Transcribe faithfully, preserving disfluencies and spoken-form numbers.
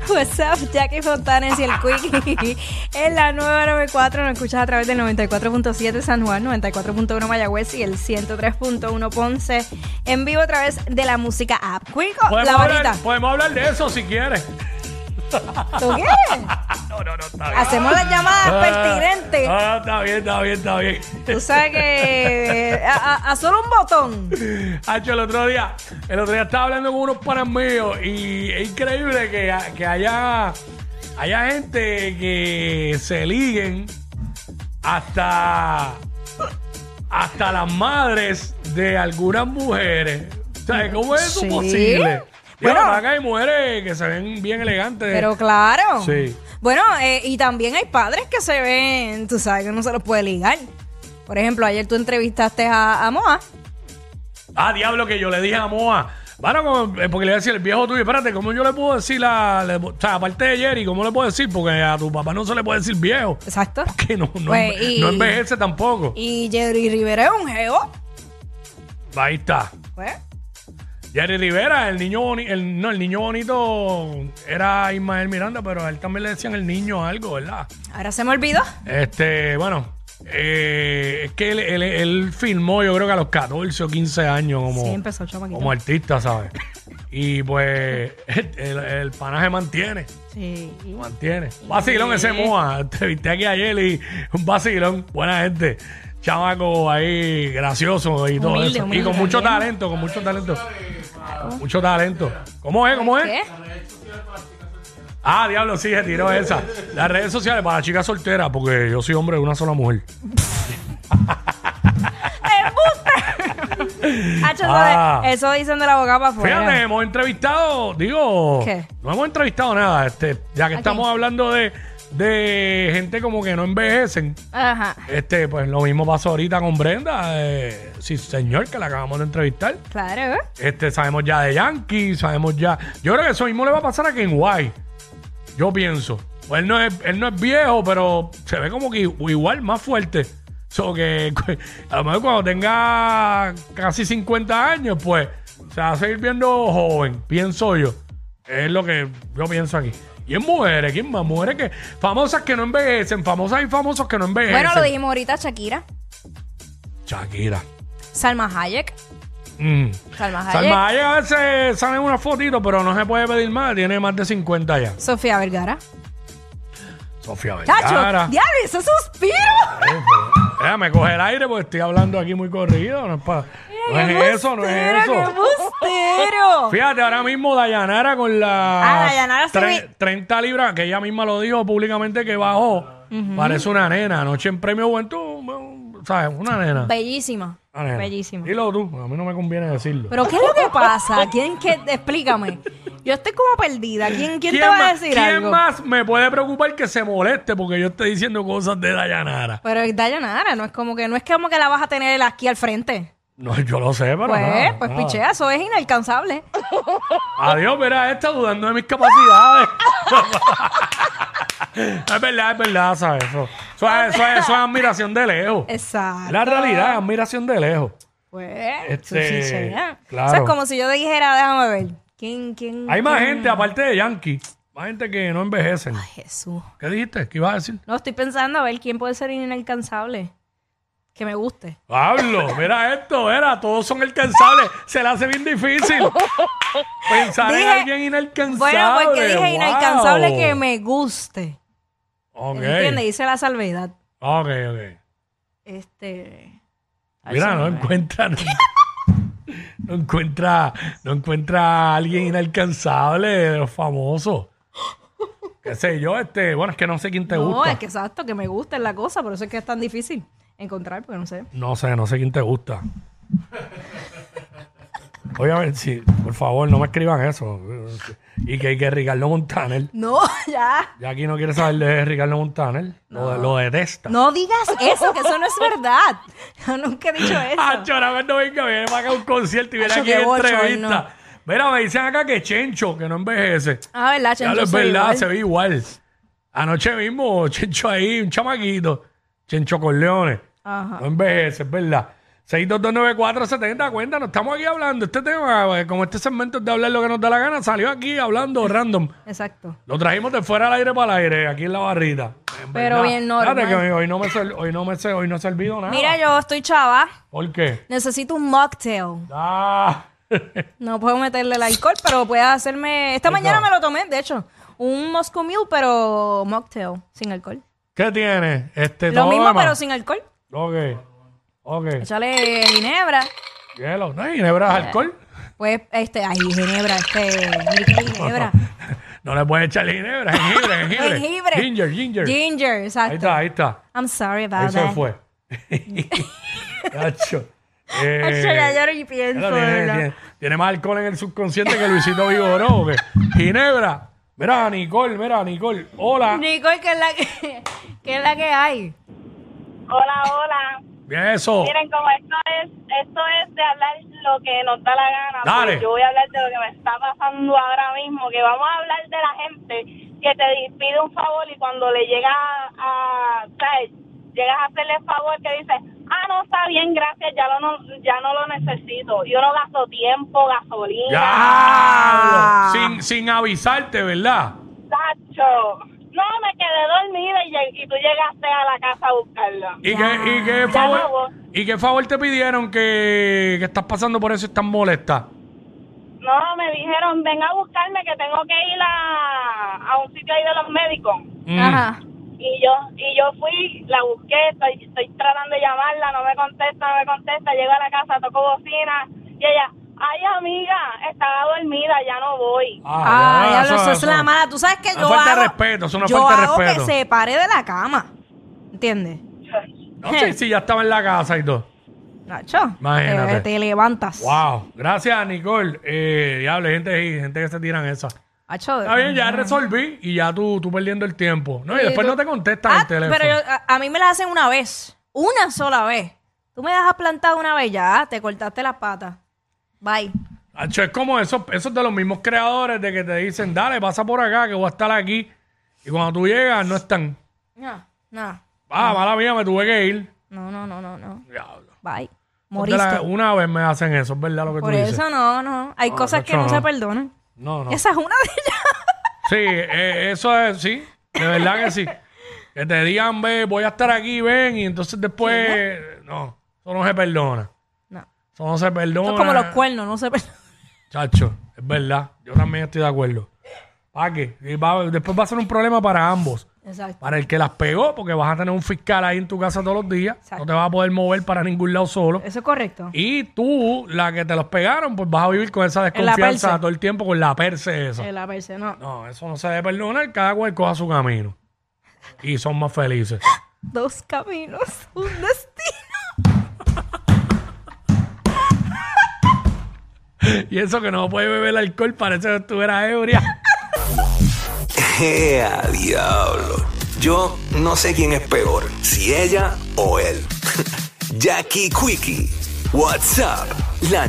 What's up, Jackie Fontanes y el Quickie. En la nueve noventa y cuatro nos escuchas a través del noventa y cuatro punto siete San Juan, noventa y cuatro punto uno Mayagüez y el ciento tres punto uno Ponce. En vivo a través de la música app. Quico, la hablar, varita. Podemos hablar de eso si quieres. ¿Tú qué? No, no, no, está bien. Hacemos las llamadas Ah, pertinentes. Ah, está bien, está bien, está bien. Tú sabes que a, a- a solo un botón. Hacho, el otro día, el otro día estaba hablando con unos panas míos y es increíble que, que haya, haya gente que se liguen hasta, hasta las madres de algunas mujeres. ¿Sabes cómo es eso Sí. posible? Bueno. Bueno, acá hay mujeres que se ven bien elegantes. Pero claro. Sí. Bueno, eh, y también hay padres que se ven, tú sabes, que no se los puede ligar. Por ejemplo, ayer tú entrevistaste a, a Moa. Ah, diablo, que yo le dije a Moa. Bueno, como- eh, porque le decía el viejo tuyo, espérate, ¿cómo yo le puedo decir a... le- o sea, aparte de Jerry, ¿cómo le puedo decir? Porque a tu papá no se le puede decir viejo. Exacto. Que no, no, Pues, enve- y- no envejece tampoco. Y Jerry Rivera es un geo. Ahí está. Pues, Jerry Rivera, el niño bonito, el, no, el niño bonito era Ismael Miranda, pero a él también le decían el niño algo, ¿verdad? ahora se me olvidó. Este, bueno, eh, es que él, él- él filmó, yo creo que a los catorce o quince años como, Sí, empezó el chamaquito. como artista, ¿sabes? Y pues el, el pana se mantiene, Sí. mantiene. Vacilón ese Moa, entrevisté aquí ayer y un vacilón, buena gente. Chamaco ahí, gracioso y todo Humilde, eso. humilde Y con mucho también. talento, con mucho talento. Mucho talento. ¿Cómo es? ¿Cómo es? ¿Qué? Ah, diablo, sí, se tiró esa. Las redes sociales para chicas solteras, porque yo soy hombre de una sola mujer. Hacho, Ah. eso dicen de la boca para afuera. Fíjate, hemos entrevistado, digo, ¿Qué? no hemos entrevistado nada, este, ya que ¿A estamos quién? hablando de, de gente como que no envejecen. Ajá. Este, pues lo mismo pasó ahorita con Brenda, eh, sí, señor, que la acabamos de entrevistar. Claro. Este, sabemos ya de Yankee, sabemos ya. Yo creo que eso mismo le va a pasar a Ken White. Yo pienso. Pues él no es, él no es viejo, pero se ve como que igual, más fuerte. So que a lo mejor cuando tenga casi cincuenta años, pues se va a seguir viendo joven, pienso yo. Es lo que yo pienso aquí. Y en mujeres, ¿quién más? Mujeres que famosas que no envejecen, famosas y famosos que no envejecen. Bueno, lo dijimos ahorita, Shakira. Shakira. Salma Hayek. Mm. Salma Hayek. Salma Hayek a veces salen unas fotitos, pero no se puede pedir más. Tiene más de cincuenta ya. Sofía Vergara. Sofía Chacho, Vergara. diablo, ese suspiro. Eh, me coge el aire porque estoy hablando aquí muy corrido. No es, pa- no es eso, no es ¡Qué eso. embustero! Fíjate, ahora mismo Dayanara con la Ah, Dayanara se tre- vi- treinta libras, que ella misma lo dijo públicamente que bajó. Parece una nena. Anoche en Premio Juventud, bueno, ¿sabes? Una nena. Bellísima. Una nena. Bellísima. Dilo tú, a mí no me conviene decirlo. Pero ¿qué es lo que pasa? ¿Quién qué? Explícame. Yo estoy como perdida. ¿Quién, quién, te va más, a decir ¿quién algo? más me puede preocupar que se moleste porque yo estoy diciendo cosas de Dayanara? Pero es Dayanara, no es como que no es como que la vas a tener aquí al frente. No, yo lo sé, pero Pues, nada, pues nada. pichea, eso es inalcanzable. Adiós, mira, esta dudando de mis capacidades. Es verdad, es verdad, ¿sabes? Eso, eso, es, eso, es, eso es admiración de lejos. Exacto. La realidad es admiración de lejos. Pues, Este, sí, sí, sí, ya. claro. Eso es como si yo te dijera, déjame ver. ¿Quién, quién? Hay más quién? gente, aparte de Yankee, más gente que no envejecen. Ay, Jesús. ¿Qué dijiste? ¿Qué ibas a decir? No, estoy pensando a ver quién puede ser inalcanzable. Que me guste. Pablo, mira esto, mira, todos son alcanzables. Se le hace bien difícil pensar en Dije- alguien inalcanzable. Bueno, porque dije Wow. inalcanzable que me guste. Ok. ¿Entiendes? Hice la salvedad. Ok, ok. Este. Mira, Ay, no se me- encuentra, no, no encuentra, no encuentra a alguien inalcanzable de los famosos. Qué sé yo, este, bueno, es que no sé quién te No, gusta. es que exacto, que me guste la cosa, por eso es que es tan difícil encontrar, porque no sé. No sé, no sé quién te gusta. Obviamente, sí, por favor, no me escriban eso. Y que, que Ricardo Montaner. No, ya. Ya aquí no quiere saber de Ricardo Montaner. Lo, lo detesta. No digas eso, que eso no es verdad. Yo nunca he dicho eso. Ah, chora, cuando venga, viene para acá a un concierto y viene Acho, aquí qué en bochorno. entrevista. Mira, me dicen acá que Chencho, que no envejece. Ah, ¿verdad, Ya Chencho? lo es Soy verdad, igual. se ve igual. Anoche mismo, Chencho ahí, un chamaquito. Chencho Corleone. Ajá. No envejece, es verdad. seis dos dos nueve cuatro siete cero. Cuéntanos, estamos aquí hablando. Este tema, eh, como este segmento es de hablar lo que nos da la gana, salió aquí hablando random. Exacto. Lo trajimos de fuera al aire para el aire, aquí en la barrita. En Pero verdad. bien normal. Fíjate que hoy no me ser- hoy no me ser- hoy no he servido nada. Mira, yo estoy chava. ¿Por qué? Necesito un mocktail. Ah. No puedo meterle el alcohol, pero puedes hacerme... Esta Ahí mañana está. me lo tomé, de hecho. Un Moscow Mule, pero mocktail, sin alcohol. ¿Qué tiene? Este, Lo todo mismo, demás. pero sin alcohol. Ok. Ok. Échale ginebra. Hielo. ¿No hay ginebra de alcohol? Pues, este... Ay, ginebra, este... mira que ginebra. No le puedes echar ginebra, jengibre, jengibre. Jengibre. Ginger, ginger. Ginger, exacto. Ahí está, ahí está. I'm sorry Ahí about se that. fue. Gacho. Eh, Ay, yo ya lloro y pienso, mira, tiene, ¿verdad? tiene- tiene más alcohol en el subconsciente que Luisito Vigoró. ¿O qué? Ginebra. Mira, Nicole, mira, Nicole. Hola. Nicole, ¿qué es la que, qué es la que hay? Hola, hola. Bien, eso. Miren, como esto es esto es de hablar lo que nos da la gana, Dale. pues yo voy a hablar de lo que me está pasando ahora mismo, que vamos a hablar de la gente que te pide un favor y cuando le llega a, ¿sabes? Llegas a hacerle el favor que dice, ah, no, está bien, gracias, ya, lo no, ya no lo necesito. Yo no gasto tiempo, gasolina, Ya. Sin, sin avisarte, ¿verdad? tacho. No, me quedé dormida y, lleg- y tú llegaste a la casa a buscarla. ¿Y qué, y, qué Ya favor, no voy. ¿Y qué favor te pidieron que, que estás pasando por eso y estás molesta? No, me dijeron, ven a buscarme que tengo que ir a, a un sitio ahí de los médicos. Mm. Ajá. Y yo y yo fui, la busqué, estoy, estoy tratando de llamarla, no me contesta, no me contesta. Llego a la casa, toco bocina y ella, ay amiga, estaba dormida, ya no voy. Ah, ya, diablo, eso es la mala. Tú sabes que Una yo falta de hago... respeto, es una yo falta de hago respeto. que se pare de la cama. ¿Entiendes? No sé si ya estaba en la casa y todo. Nacho, Imagínate. te, te levantas. Wow. Gracias, Nicole. Eh, diablo, hay gente ahí, gente que se tiran esa. Nacho, Está bien, ya resolví y ya tú, tú perdiendo el tiempo. No, y Sí, después tú- no te contestan Ah, el teléfono. pero yo- a, a mí me la hacen una vez. Una sola vez. Tú me dejas plantado una vez, ya te cortaste las patas. Bye. Acho, es como esos, esos de los mismos creadores de que te dicen, dale, pasa por acá, que voy a estar aquí. Y cuando tú llegas, no están. No, no. Ah, mala mía, me tuve que ir. No, no, no, no, no. Diablo. Bye. Ponte la- Moriste. una vez me hacen eso, es verdad lo que Por tú dices. eso no, no. Hay No, cosas Nacho, que no, no. se perdonan. No, no. Esa es una de ellas. Sí, eh, eso es, sí, de verdad que sí. Que te digan, ve, voy a estar aquí, ven, y entonces después, no, eso no se perdona. No. Eso no se perdona. Eso es como los cuernos, no se perdonan. Chacho, es verdad, yo también estoy de acuerdo. ¿Para qué? Y va- después va a ser un problema para ambos. Exacto. Para el que las pegó, porque vas a tener un fiscal ahí en tu casa todos los días. Exacto. No te vas a poder mover para ningún lado solo. Eso es correcto. Y tú, la que te los pegaron, pues vas a vivir con esa la desconfianza perse. todo el tiempo con la perse esa. Eh, La perse, no. No, eso no se debe perdonar. Cada cual coja su camino. Y son más felices. Dos caminos, un destino. Y eso que no puede beber alcohol, parece que estuviera ebria. ¡Ea, diablo! Yo no sé quién es peor, si ella o él. Jackie Quickie, what's up? La